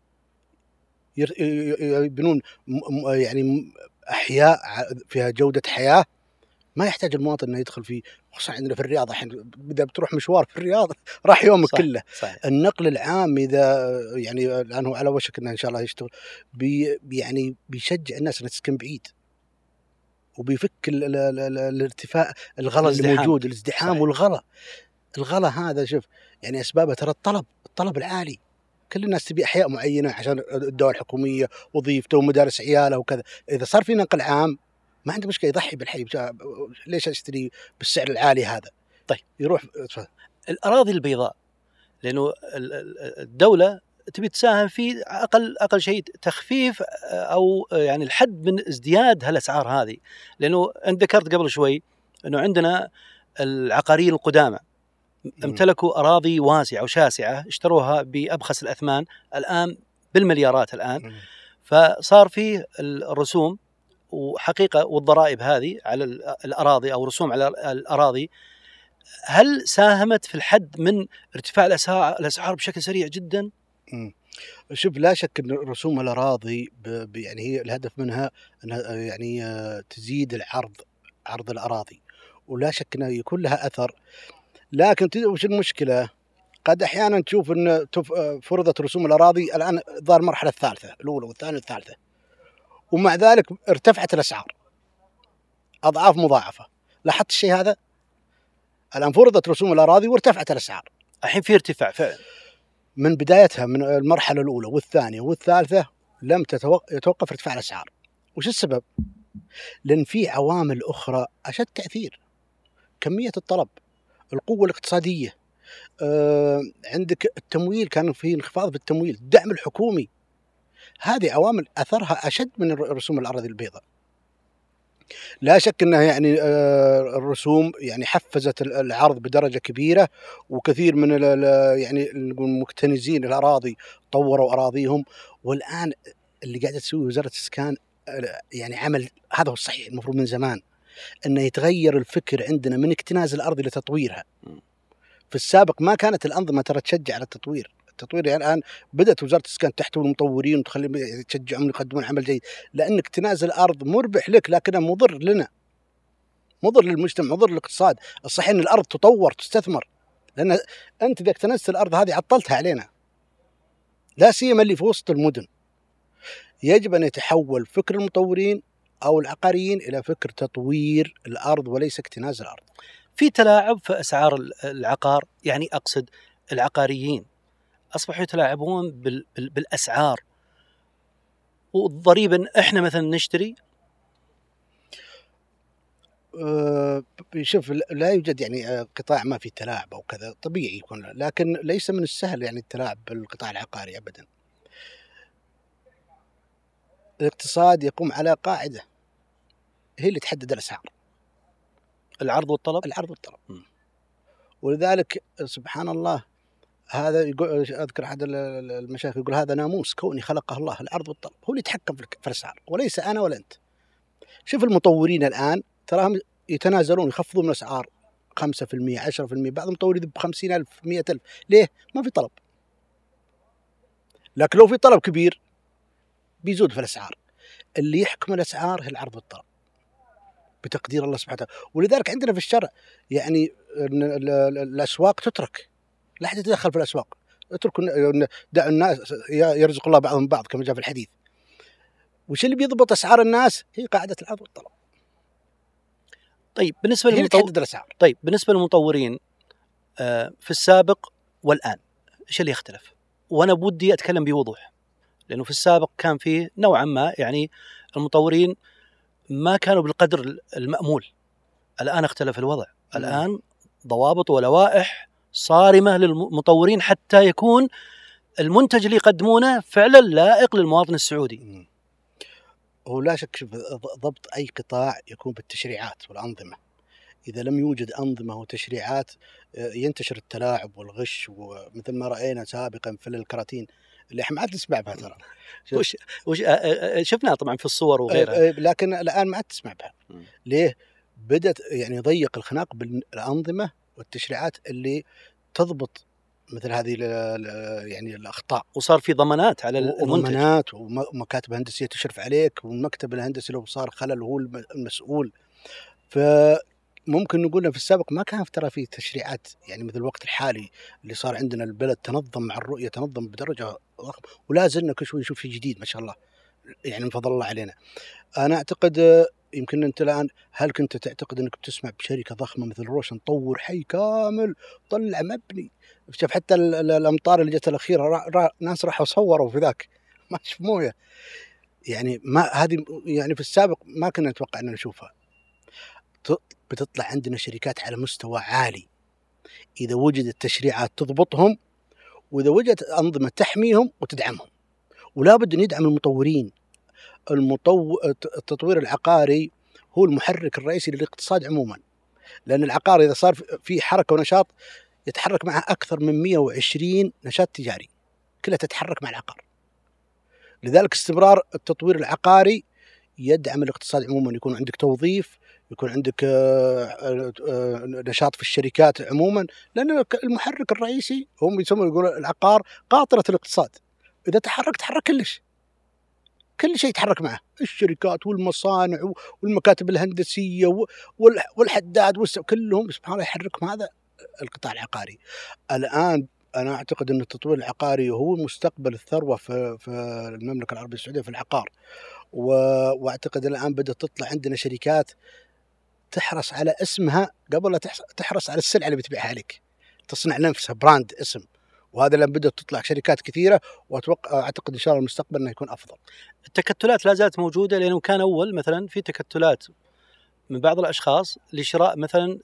يبنون يعني أحياء فيها جودة حياة، ما يحتاج المواطن انه يدخل فيه. خصوصا عندنا في الرياض الحين اذا بتروح مشوار في الرياض راح يومك كله. صحيح. النقل العام اذا يعني الان هو على وشك انه ان شاء الله يشتغل، يعني بيشجع الناس انها تسكن بعيد، وبيفك الارتفاع الغلا اللي موجود، الازدحام والغلا. الغلا هذا شوف يعني اسبابه ترى الطلب العالي. كل الناس تبي احياء معينه عشان الدوله الحكوميه وظيفته ومدارس عياله وكذا. اذا صار في نقل عام ما عنده مشكله، يضحي بالحي، ليش اشتري بالسعر العالي هذا؟ طيب يروح الأراضي البيضاء، لأنه الدولة تبي تساهم في أقل شيء تخفيف أو يعني الحد من ازدياد هالأسعار هذه. لأنه أنت ذكرت قبل شوي أنه عندنا العقاريين القدامى امتلكوا أراضي واسعة وشاسعة، اشتروها بأبخس الأثمان الآن بالمليارات الآن. فصار فيه الرسوم وحقيقة والضرائب هذه على الأراضي أو رسوم على الأراضي، هل ساهمت في الحد من ارتفاع الأسعار بشكل سريع جدا؟ شوف لا شك أن رسوم الأراضي يعني هي الهدف منها أنها يعني تزيد عرض الأراضي، ولا شك أنه يكون لها أثر. لكن وش المشكلة؟ قد أحيانا تشوف أن فرضت رسوم الأراضي الآن ظهر المرحلة الثالثة، الأولى والثانية والثالثة، ومع ذلك ارتفعت الأسعار أضعاف مضاعفة. لاحظت الشيء هذا؟ الآن فرضت رسوم الأراضي وارتفعت الأسعار. الحين في ارتفاع فعلا من بدايتها، من المرحلة الأولى والثانية والثالثة لم يتوقف ارتفاع الأسعار. وش السبب؟ لأن في عوامل أخرى أشد تأثير. كمية الطلب، القوة الاقتصادية، عندك التمويل، كان فيه انخفاض بالتمويل، الدعم الحكومي، هذه عوامل أثرها أشد من رسوم الأراضي البيضاء. لا شك أنها يعني الرسوم يعني حفزت العرض بدرجة كبيرة، وكثير من يعني نقول مكتنزين الأراضي طوروا أراضيهم. والآن اللي قاعدة تسويه وزارة الإسكان يعني عمل هذا هو الصحيح، المفروض من زمان أنه يتغير الفكر عندنا من اكتناز الأرض لتطويرها. في السابق ما كانت الأنظمة ترى تشجع على التطوير يعني الآن بدأت وزارة الإسكان تحتوي المطورين وتخليهم تشجعهم يقدمون عمل جيد، لأن اكتناز الأرض مربح لك لكنه مضر لنا، مضر للمجتمع، مضر للاقتصاد. الصحيح أن الأرض تطور تستثمر، لأن أنت إذا اكتنزت الأرض هذه عطلتها علينا، لا سيما اللي في وسط المدن. يجب أن يتحول فكر المطورين أو العقاريين إلى فكر تطوير الأرض وليس اكتناز الأرض. في تلاعب في أسعار العقار، يعني أقصد العقاريين أصبحوا يتلاعبون بالأسعار، وضريبا إحنا مثلا نشتري. شوف لا يوجد يعني قطاع ما في تلاعب أو كذا، طبيعي يكون، لكن ليس من السهل يعني التلاعب بالقطاع العقاري أبدا. الاقتصاد يقوم على قاعدة هي اللي تحدد الأسعار، العرض والطلب. ولذلك سبحان الله هذا يقول، اذكر احد المشايخ يقول هذا ناموس كوني خلقه الله، العرض والطلب، هو اللي يتحكم في الاسعار وليس انا ولا انت. شوف المطورين الان تراهم يتنازلون، يخفضون من الاسعار 5%، 10%، بعض المطورين ب50,000 100,000. ليه؟ ما في طلب. لكن لو في طلب كبير بيزود في الاسعار. اللي يحكم الاسعار هي العرض والطلب بتقدير الله سبحانه وتعالى. ولذلك عندنا في الشرع يعني الاسواق تترك، لا احد يتدخل في الاسواق، اتركوا دعوا الناس يرزق الله بعضهم بعض كما جاء في الحديث. وش اللي بيضبط اسعار الناس؟ هي قاعده العرض والطلب. طيب بالنسبه الاسعار. طيب بالنسبه للمطورين في السابق والان ايش اللي يختلف؟ وانا بودي اتكلم بوضوح، لانه في السابق كان فيه نوعا ما يعني المطورين ما كانوا بالقدر المأمول. الان اختلف الوضع، الان ضوابط ولوائح صارمه للمطورين حتى يكون المنتج اللي يقدمونه فعلا لائق للمواطن السعودي. هو لا شك ضبط أي قطاع يكون بالتشريعات والأنظمة. إذا لم يوجد أنظمة وتشريعات ينتشر التلاعب والغش، ومثل ما رأينا سابقا في الكراتين اللي احنا ما عاد نسمع بها ترى. شفناها طبعا في الصور وغيرها، لكن الآن ما عاد تسمع بها. ليه؟ بدأت يعني يضيق الخناق بالأنظمة والتشريعات اللي تضبط مثل هذه يعني الأخطاء. وصار في ضمانات على المنتج، ضمانات ومكاتب هندسية تشرف عليك، والمكتب الهندسي لو صار خلل هو المسؤول. فممكن نقول في السابق ما كان ترى في تشريعات يعني مثل الوقت الحالي اللي صار عندنا. البلد تنظم مع الرؤية، تنظم بدرجة ضخمة، ولا زلنا كل شوي نشوف في جديد ما شاء الله، يعني من فضل الله علينا. أنا أعتقد يمكن أنت الآن هل كنت تعتقد أنك بتسمع بشركة ضخمة مثل روشن تطور حي كامل طلع مبني؟ شوف حتى الأمطار اللي جت الأخيرة ناس راحوا صوروا في ذاك ما شف موية. يعني ما هذه يعني في السابق ما كنا نتوقع أن نشوفها. بتطلع عندنا شركات على مستوى عالي إذا وجدت تشريعات تضبطهم، وإذا وجدت أنظمة تحميهم وتدعمهم. ولا بد أن يدعم المطورين. التطوير العقاري هو المحرك الرئيسي للاقتصاد عموما، لأن العقار إذا صار في حركة ونشاط يتحرك معه أكثر من 120 نشاط تجاري كلها تتحرك مع العقار. لذلك استمرار التطوير العقاري يدعم الاقتصاد عموما. يكون عندك توظيف، يكون عندك نشاط في الشركات عموما، لأن المحرك الرئيسي هم يقولون العقار قاطرة الاقتصاد. إذا تحرك كل شيء يتحرك معه، الشركات والمصانع والمكاتب الهندسية والحداد كلهم سبحان الله يحركهم هذا القطاع العقاري. الآن أنا أعتقد أن التطوير العقاري هو مستقبل الثروة في المملكة العربية السعودية في العقار. وأعتقد الآن بدأت تطلع عندنا شركات تحرص على اسمها قبل لا تحرص على السلعة اللي بتبيعها عليك، تصنع نفسها براند اسم. وهذا لما بدأت تطلع شركات كثيرة، وأتوقع أعتقد إن شاء الله المستقبل أنه يكون أفضل. التكتلات لا زالت موجودة، لأنه كان أول مثلا في تكتلات من بعض الأشخاص لشراء مثلا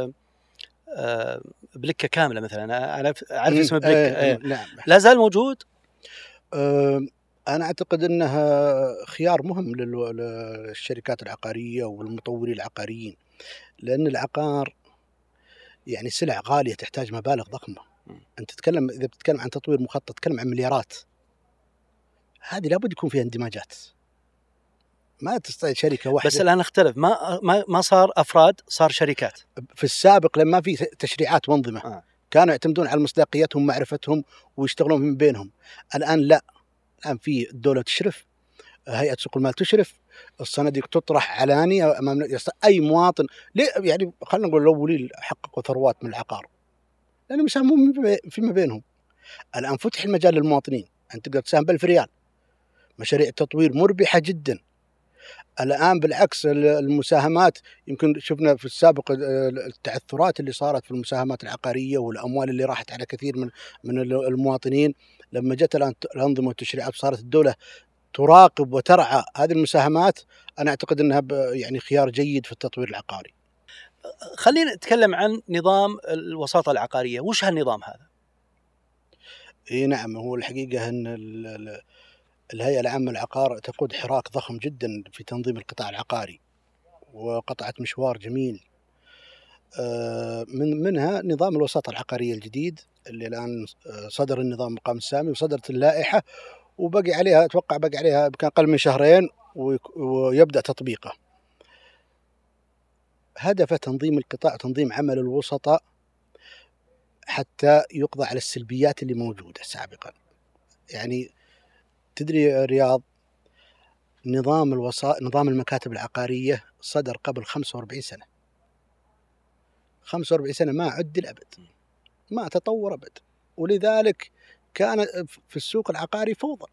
بلكة كاملة مثلا. أنا أعرف اسم بلكة نعم. لا زال موجود. أنا أعتقد أنها خيار مهم للشركات العقارية والمطورين العقاريين، لأن العقار يعني سلع غالية تحتاج مبالغ ضخمة. أنت تتكلم إذا بتتكلم عن تطوير مخطط تتكلم عن مليارات. هذه لابد يكون فيها اندماجات، ما تستطيع شركة واحدة. بس الآن اختلف، ما صار أفراد، صار شركات. في السابق لما في تشريعات وانظمة كانوا يعتمدون على مصداقيتهم ومعرفتهم ويشتغلون من بينهم. الآن لا، الآن في الدولة تشرف، هيئة سوق المال تشرف، الصناديق تطرح علانية أمام أي مواطن. يعني خلينا نقول الأولين حققوا ثروات من العقار لأنهم يساهمون فيما بينهم. الآن فتح المجال للمواطنين أن تقدر تساهم ب1000 ريال. مشاريع التطوير مربحة جدا. الآن بالعكس المساهمات، يمكن شفنا في السابق التعثرات اللي صارت في المساهمات العقارية والأموال اللي راحت على كثير من المواطنين. لما جت الأنظمة والتشريعات صارت الدولة تراقب وترعى هذه المساهمات، أنا أعتقد أنها يعني خيار جيد في التطوير العقاري. خلينا نتكلم عن نظام الوساطة العقارية. وش هالنظام هذا؟ نعم، هو الحقيقة أن الهيئة العامة للعقار تقود حراك ضخم جدا في تنظيم القطاع العقاري، وقطعت مشوار جميل. منها نظام الوساطة العقارية الجديد اللي الآن صدر النظام المقام السامي وصدرت اللائحة، وبقي عليها أتوقع بقي عليها كان أقل من شهرين ويبدأ تطبيقه. هدف تنظيم القطاع، تنظيم عمل الوسطاء حتى يقضى على السلبيات اللي موجودة سابقا. يعني تدري يا رياض، نظام المكاتب العقارية صدر قبل 45 سنة. 45 سنة ما عدل أبد، ما تطور أبد، ولذلك كان في السوق العقاري فوضى،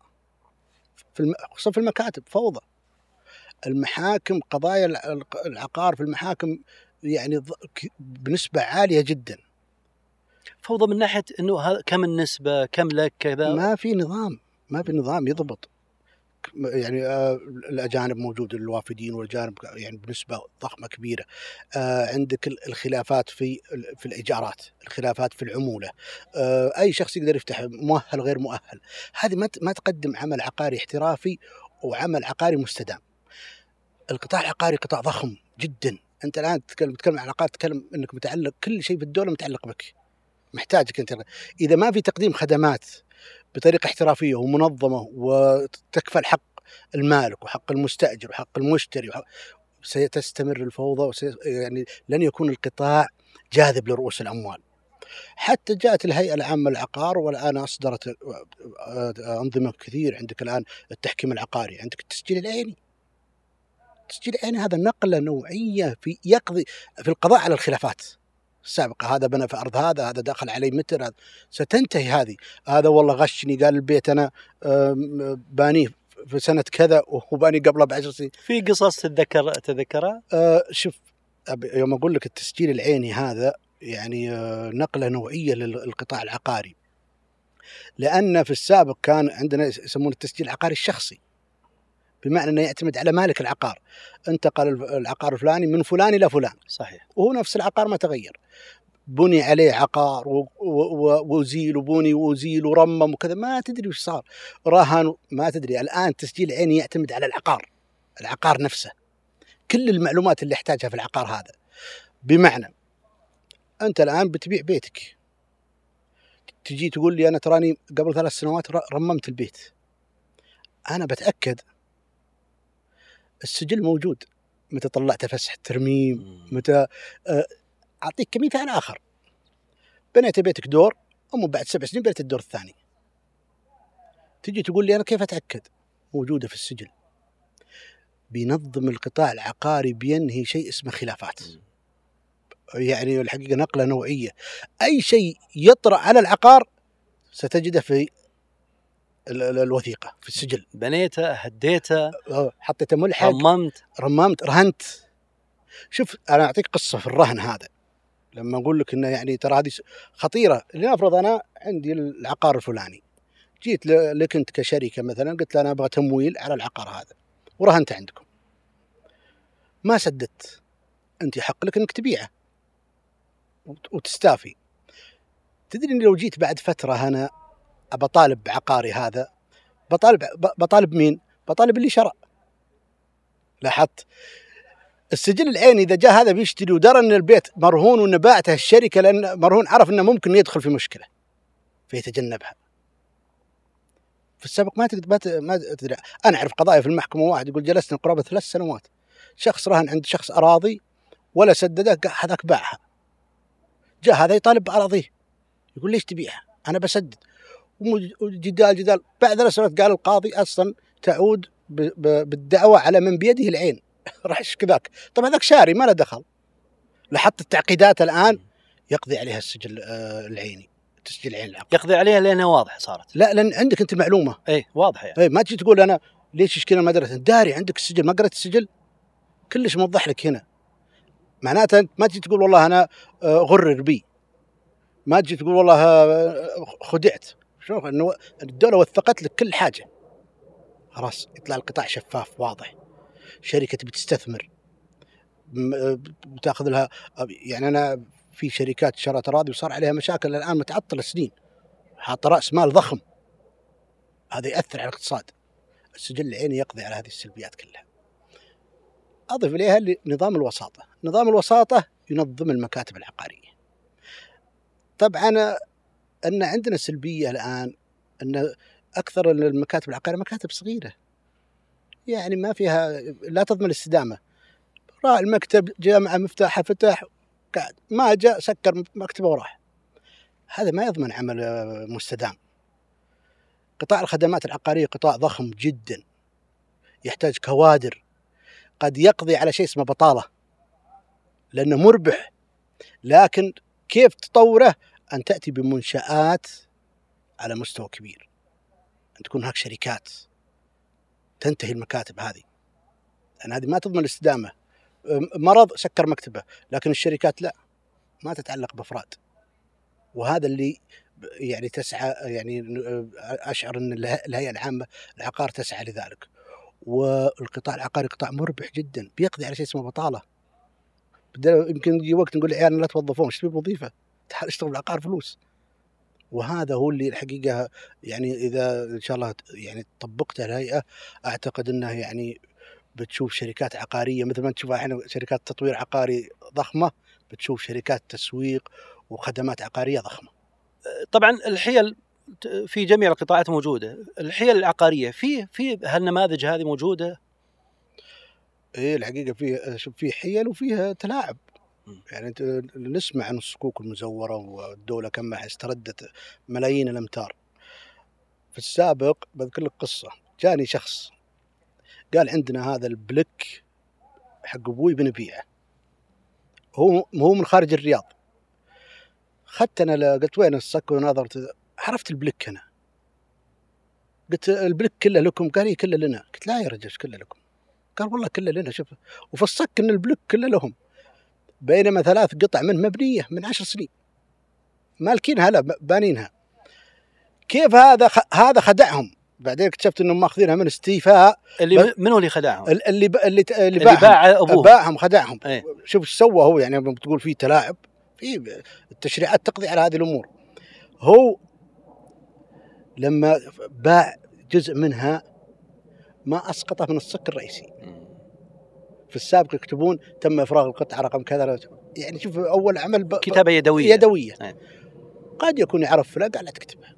خصوصا في المكاتب فوضى. المحاكم، قضايا العقار في المحاكم يعني بنسبة عالية جدا. فوضى من ناحية أنه هذا كم النسبة، كم لك كذا، ما في نظام يضبط. يعني الأجانب موجود، الوافدين والأجانب يعني بنسبة ضخمة كبيرة. عندك الخلافات في الإيجارات، الخلافات في العمولة، أي شخص يقدر يفتح، مؤهل غير مؤهل. هذه ما تقدم عمل عقاري احترافي وعمل عقاري مستدام. القطاع العقاري قطاع ضخم جدا. أنت الآن تتكلم عن عقار، تتكلم أنك متعلق، كل شيء في الدولة متعلق بك، محتاجك أنت. إذا ما في تقديم خدمات بطريقة احترافية ومنظمة وتكفل حق المالك وحق المستأجر وحق المشتري، ستستمر الفوضى يعني لن يكون القطاع جاذب لرؤوس الأموال. حتى جاءت الهيئة العامة للعقار والآن أصدرت أنظمة كثير. عندك الآن التحكيم العقاري، عندك التسجيل العيني. التسجيل العيني هذا نقلة نوعية يقضي في القضاء على الخلافات السابقة. هذا بنى في أرض هذا دخل عليه متر، هذا ستنتهي هذه. هذا والله غشني، قال البيت أنا بانيه في سنة كذا وباني قبله ب10 سنين. في قصص تذكرها؟ شوف، يوم أقول لك التسجيل العيني هذا يعني نقلة نوعية للقطاع العقاري، لأن في السابق كان عندنا يسمون التسجيل العقاري الشخصي، بمعنى أنه يعتمد على مالك العقار. انتقل العقار الفلاني من فلان إلى فلان، صحيح، وهو نفس العقار ما تغير، بني عليه عقار وزيل وبني وزيل ورمم وكذا، ما تدري وش صار، رهن ما تدري. الآن تسجيل عيني يعتمد على العقار نفسه، كل المعلومات اللي يحتاجها في العقار هذا. بمعنى أنت الآن بتبيع بيتك، تجي تقول لي أنا تراني قبل 3 سنوات رممت البيت، أنا بتأكد السجل موجود، متى طلعت فسح الترميم، متى. أعطيك كمثال آخر، بنيت بيتك دور، بعد 7 سنين بنيت الدور الثاني، تجي تقول لي أنا كيف أتأكد؟ موجودة في السجل. بينظم القطاع العقاري، بينهي شيء اسمه خلافات. يعني الحقيقة نقلة نوعية. أي شيء يطرأ على العقار ستجده في الوثيقة في السجل. بنيته، هديته، حطيته ملحق، رممت، رهنت. شوف أنا أعطيك قصة في الرهن هذا، لما أقول لك إنه يعني ترى هذه خطيرة. لنفرض أنا عندي العقار الفلاني، جيت لك أنت كشركة مثلا، قلت له أنا أبغى تمويل على العقار هذا ورهنت عندكم، ما سددت، أنت يحق لك أنك تبيعه وتستافي. تدري إن لو جيت بعد فترة أنا أبطالب بعقاري هذا، بطالب مين؟ بطالب اللي شرى. لاحظت؟ السجل العيني إذا جاء هذا بيشتري ودرى أن البيت مرهون وأن باعته الشركة لأن مرهون، عرف أنه ممكن يدخل في مشكلة فيتجنبها. في السابق ما تدري. أنا أعرف قضايا في المحكمة، واحد يقول جلسنا قرابة 3 سنوات، شخص رهن عند شخص أراضي ولا سدده، هذاك باعها، جاء هذا يطالب بأراضيه، يقول ليش تبيعها؟ أنا بسدد. وجدال بعد 3 سنوات قال القاضي أصلا تعود بالدعوة على من بيده العين. رحش كذاك، طبعا هذاك شاري ما له دخل. لاحظت التعقيدات الآن يقضي عليها السجل العيني، تسجيل العين العقار يقضي عليها لأنها واضحة صارت. لا، لأن عندك أنت المعلومة واضحة يعني. ما تجي تقول أنا ليش إشكال المدرسة، داري عندك السجل، ما قرأت السجل كلش موضح لك هنا. معناته ما تجي تقول والله أنا غرر بي، ما تجي تقول والله خدعت. شوف إنه الدولة وثقت لك كل حاجة، خلاص يطلع القطاع شفاف واضح. شركة بتستثمر بتاخذ لها، يعني أنا في شركات شرت أراضي وصار عليها مشاكل الآن متعطلة سنين، حاطة رأس مال ضخم، هذا يأثر على الاقتصاد. السجل العيني يقضي على هذه السلبيات كلها. أضف إليها نظام الوساطة. نظام الوساطة ينظم المكاتب العقارية. طبعا أن عندنا سلبية الآن، أن أكثر المكاتب العقارية مكاتب صغيرة، يعني ما فيها، لا تضمن الاستدامة. راح المكتب جامعة مفتاحه فتح، قاعد ما جاء سكر مكتبه وراح، هذا ما يضمن عمل مستدام. قطاع الخدمات العقارية قطاع ضخم جدا، يحتاج كوادر، قد يقضي على شيء اسمه بطالة لأنه مربح، لكن كيف تطوره؟ أن تأتي بمنشآت على مستوى كبير، أن تكون هناك شركات تنتهي المكاتب هذه، لأن هذه ما تضمن الاستدامة. مرض سكر مكتبه، لكن الشركات لا، ما تتعلق بأفراد. وهذا اللي يعني تسعى، يعني أشعر أن الهيئة العامة العقار تسعى لذلك. والقطاع العقاري قطاع مربح جدا، بيقضي على شيء اسمه بطالة. يمكن يجي وقت نقول لعيالنا لا توظفون، ايش تبي وظيفة؟ تعال اشتغل بالعقار فلوس. وهذا هو اللي الحقيقة يعني إذا إن شاء الله يعني طبقتها الهيئة، أعتقد أنه يعني بتشوف شركات عقارية مثل ما تشوف احنا شركات تطوير عقاري ضخمة، بتشوف شركات تسويق وخدمات عقارية ضخمة. طبعا الحيل في جميع القطاعات موجودة، الحيل العقارية في هالنماذج هذه موجودة. ايه الحقيقة في حيل وفيها تلاعب. يعني نسمع عن الصكوك المزورة، والدولة كم استردت ملايين الأمتار. في السابق بذكر لك قصة، جاني شخص قال عندنا هذا البلك حق أبوي بنبيعه، هو من خارج الرياض. خدت أنا قلت وين الصك، ونظرت عرفت البلك هنا، قلت البلك كله لكم؟ قال لي كله لنا. قلت لا يا رجل كله لكم؟ قال والله كله لنا، شوف وفي الصك إن البلك كله لهم، بينما 3 قطع من مبنية من 10 سنين، مالكينها لا بانينها. كيف هذا خدعهم؟ بعدين اكتشفت انهم ماخذينها من استيفاء. من هو اللي خدعهم؟ اللي باع ابوه، باعهم خدعهم. ايه؟ شوف ايش سوى هو، يعني بتقول فيه تلاعب، في التشريعات تقضي على هذه الامور. هو لما باع جزء منها ما اسقطه من الصك الرئيسي. في السابق يكتبون تم افراغ القطعه رقم كذا، يعني شوف اول عمل كتابه يدويه. قد يكون يعرف فلان قال لا تكتبها،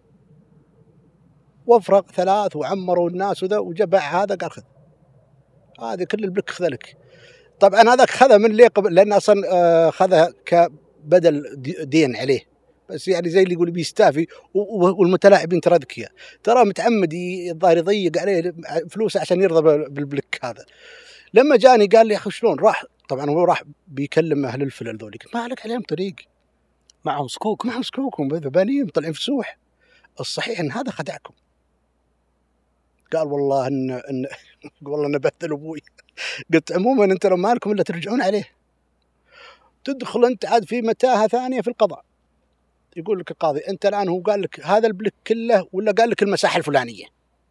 وافرغ 3 وعمروا الناس وذا، وجبع هذا قال خذ هذه كل البلك خذ لك. طبعا هذاك خذها من اللي قبل، لان اصلا خذها كبدل دين عليه، بس يعني زي اللي يقول بيستافي، والمتلاعبين ترى ذكية، ترى متعمد الظاهر يضيق عليه فلوسه عشان يرضى بالبلك هذا. لما جاني قال لي يا اخي شلون راح، طبعا هو راح بيكلم اهل الفلل ذولي، قلت ما عليك عليهم طريق، معهم سكوكهم بانيين طلعين فسوح، الصحيح ان هذا خدعكم. قال والله ان والله نبهت ابوي. قلت عموما انت لو مالكم الا ترجعون عليه، تدخل انت عاد في متاهه ثانيه في القضاء. يقول لك القاضي انت الان هو قال لك هذا البلك كله ولا قال لك المساحه الفلانيه،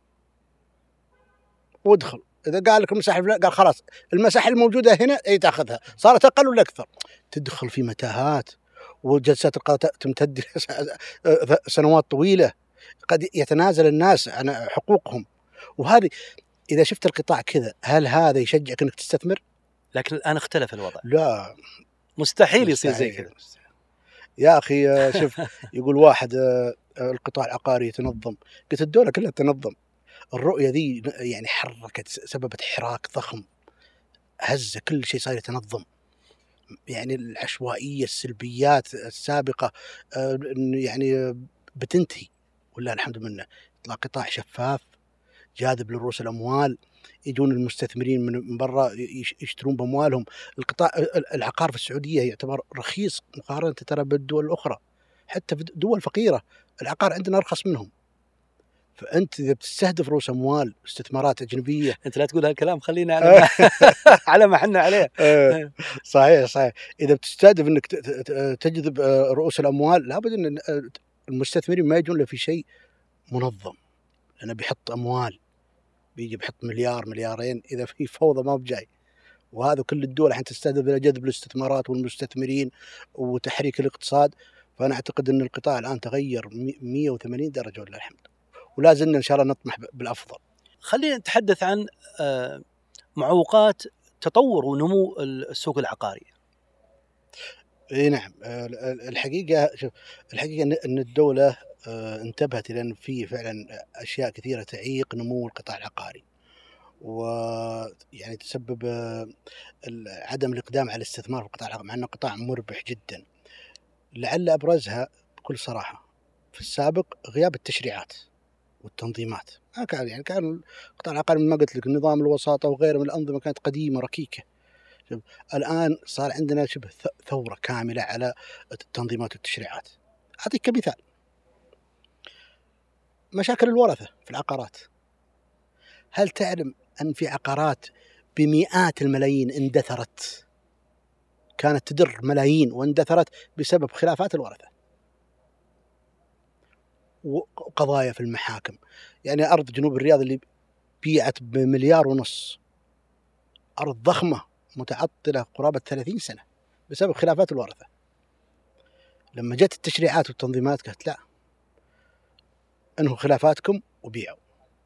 وادخل اذا قال لك المساحه الفلانيه قال خلاص المساحه الموجوده هنا اي تاخذها، صارت اقل ولا اكثر، تدخل في متاهات، وجلسات القضاء تمتد سنوات طويله، قد يتنازل الناس عن حقوقهم. وهذه إذا شفت القطاع كذا، هل هذا يشجعك أنك تستثمر؟ لكن الآن اختلف الوضع، لا مستحيل يصير زي كذا يا أخي. شوف يقول واحد القطاع العقاري يتنظم، قلت الدولة كلها تنظم. الرؤية ذي يعني حركت، سببت حراك ضخم، هز كل شيء صار يتنظم، يعني العشوائية السلبيات السابقة يعني بتنتهي، ولا الحمد لله يطلع قطاع شفاف جاذب لرؤوس الأموال، يجون المستثمرين من برا يشترون بأموالهم. القطاع العقار في السعودية يعتبر رخيص مقارنة ترى بالدول الأخرى، حتى في دول فقيرة العقار عندنا أرخص منهم. فأنت إذا بتستهدف رؤوس أموال استثمارات أجنبية، أنت لا تقول هالكلام، خلينا على ما حنا عليه. صحيح. إذا بتستهدف أنك تجذب رؤوس الأموال، لابد أن المستثمرين ما يجون له في شيء منظم، لأنه بيحط أموال، بيجي بيحط مليار مليارين، إذا في فوضى ما بجاي. وهذا كل الدول عشان تستهدف إلى جذب الاستثمارات والمستثمرين وتحريك الاقتصاد. فأنا أعتقد أن القطاع الآن تغير 180 درجة ولله الحمد، ولا زلنا إن شاء الله نطمح بالأفضل. خلينا نتحدث عن معوقات تطور ونمو السوق العقاري. اي نعم. الحقيقه ان الدوله انتبهت الى ان في فعلا اشياء كثيره تعيق نمو القطاع العقاري، ويعني تسبب عدم الاقدام على الاستثمار في القطاع العقاري، مع انه قطاع مربح جدا. لعل ابرزها بكل صراحه في السابق غياب التشريعات والتنظيمات. ما كان يعني كان القطاع العقاري مثل ما قلت لك نظام الوساطه وغيره من الانظمه كانت قديمه ركيكه. الآن صار عندنا شبه ثورة كاملة على التنظيمات والتشريعات. أعطيك كمثال مشاكل الورثة في العقارات. هل تعلم أن في عقارات بمئات الملايين اندثرت، كانت تدر ملايين واندثرت بسبب خلافات الورثة وقضايا في المحاكم؟ يعني أرض جنوب الرياض اللي بيعت ب1.5 مليار، أرض ضخمة متعطلة قرابة 30 سنة بسبب خلافات الورثة. لما جت التشريعات والتنظيمات قالت لا، انهوا خلافاتكم وبيعوا،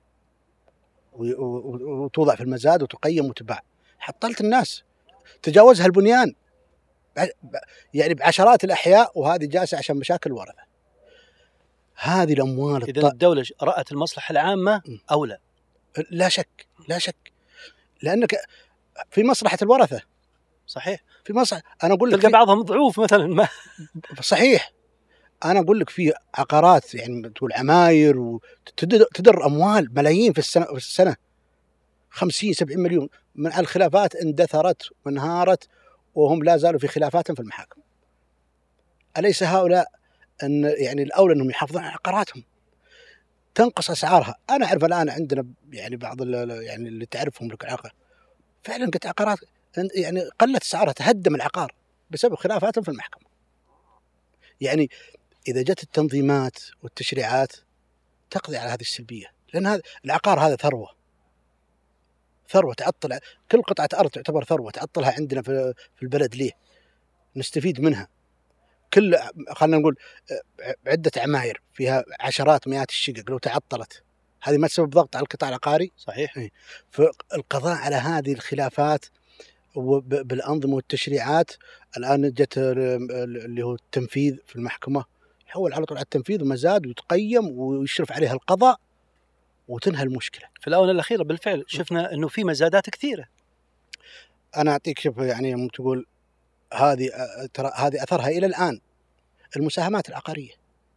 وتوضع في المزاد وتقيم وتباع. حطلت الناس، تجاوزها البنيان يعني بعشرات الأحياء، وهذه جالسة عشان مشاكل الورثة. هذه الأموال إذا الدولة رأت المصلحة العامة أو لا؟ لا شك، لا شك، لأنك في مصلحة الورثة. صحيح، في مصلحة. أنا أقول لك تلقى بعضهم ضعوف مثلا ما صحيح. أنا أقول لك في عقارات يعني تقول عماير وتدر أموال ملايين في السنة 50-70 مليون من الخلافات اندثرت وانهارت، وهم لا زالوا في خلافات في المحاكم. أليس هؤلاء أن يعني الأولى أنهم يحافظون على عقاراتهم، تنقص أسعارها؟ أنا أعرف الآن عندنا يعني بعض يعني اللي تعرفهم لك عقار فعلا قلت عقارات يعني قلت أسعارها، تهدم العقار بسبب خلافات في المحكمة. يعني إذا جت التنظيمات والتشريعات تقضي على هذه السلبية، لأن هذا العقار هذا ثروة تعطل. كل قطعة أرض تعتبر ثروة تعطلها عندنا في البلد. ليه؟ نستفيد منها. خلنا نقول عدة عماير فيها عشرات مئات الشقق لو تعطلت، هذه ما تسبب ضغط على القطاع العقاري؟ صحيح. فالقضاء على هذه الخلافات بالأنظمة والتشريعات. الآن جت اللي هو التنفيذ في المحكمة، يحول على طول على التنفيذ ومزاد ويتقيم ويشرف عليها القضاء وتنهى المشكلة. في الآونة الأخيرة بالفعل شفنا أنه في مزادات كثيرة. أنا أعطيك شوف يعني تقول هذه أثرها إلى الآن المساهمات العقارية.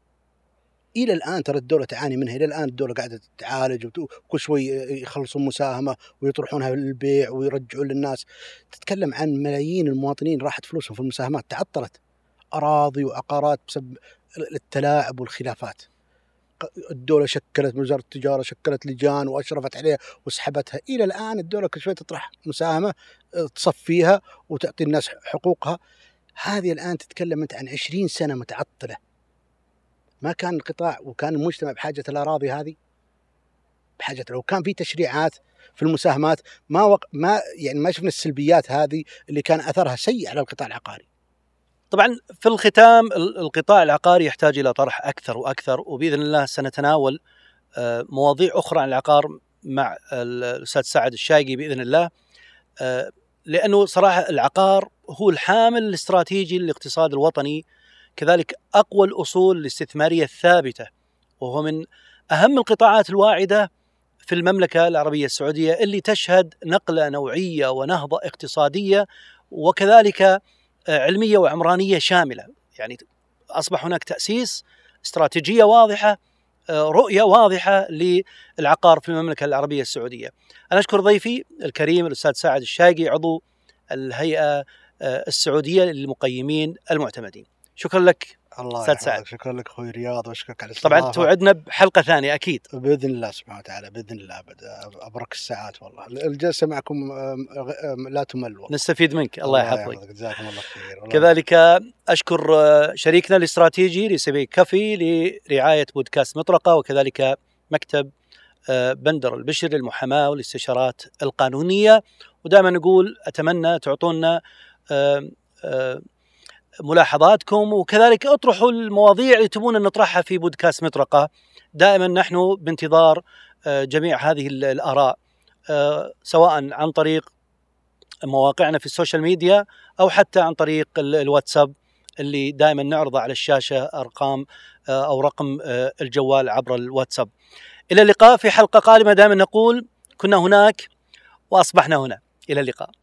إلى الآن ترى الدولة تعاني منها، إلى الآن الدولة قاعدة تعالج، وكل شوي يخلصون مساهمة ويطرحونها للبيع ويرجعون للناس. تتكلم عن ملايين المواطنين راحت فلوسهم في المساهمات، تعطلت أراضي وعقارات بسبب التلاعب والخلافات. الدولة شكلت وزارة التجارة شكلت لجان وأشرفت عليها وسحبتها. إلى الآن الدولة كل شوي تطرح مساهمة تصفيها وتعطي الناس حقوقها. هذه الآن تتكلم أنت عن 20 سنة متعطلة. ما كان القطاع وكان المجتمع بحاجة الأراضي هذه، بحاجة. لو كان في تشريعات في المساهمات ما شفنا السلبيات هذه اللي كان أثرها سيء على القطاع العقاري. طبعا في الختام القطاع العقاري يحتاج إلى طرح أكثر وأكثر، وبإذن الله سنتناول مواضيع أخرى عن العقار مع الأستاذ سعد الشايقي بإذن الله، لأنه صراحة العقار هو الحامل الاستراتيجي للاقتصاد الوطني، كذلك أقوى الأصول الاستثمارية الثابتة، وهو من أهم القطاعات الواعدة في المملكة العربية السعودية اللي تشهد نقلة نوعية ونهضة اقتصادية وكذلك علمية وعمرانية شاملة. يعني أصبح هناك تأسيس، استراتيجية واضحة، رؤية واضحة للعقار في المملكة العربية السعودية. أنا أشكر ضيفي الكريم الأستاذ سعد الشايقي عضو الهيئة السعودية للمقيمين المعتمدين. شكرا لك أستاذ سعد. شكرا لك أخوي رياض، وأشكرك على الاستضافة. طبعا توعدنا بحلقة ثانية أكيد بإذن الله سبحانه وتعالى، بإذن الله أبدا. أبرك الساعات والله، الجلسة معكم لا تمل والله. نستفيد منك. الله يحفظك. جزاكم الله خير. كذلك أشكر شريكنا الاستراتيجي لسبيك كافي لرعاية بودكاست مطرقة، وكذلك مكتب بندر البشر للمحاماة والاستشارات القانونية. ودائما نقول أتمنى تعطونا ملاحظاتكم، وكذلك اطرحوا المواضيع اللي تبون نطرحها في بودكاست مطرقة. دائما نحن بانتظار جميع هذه الآراء، سواء عن طريق مواقعنا في السوشيال ميديا أو حتى عن طريق الواتساب اللي دائما نعرضه على الشاشة أرقام أو رقم الجوال عبر الواتساب. إلى اللقاء في حلقة قادمة. دائما نقول كنا هناك وأصبحنا هنا. إلى اللقاء.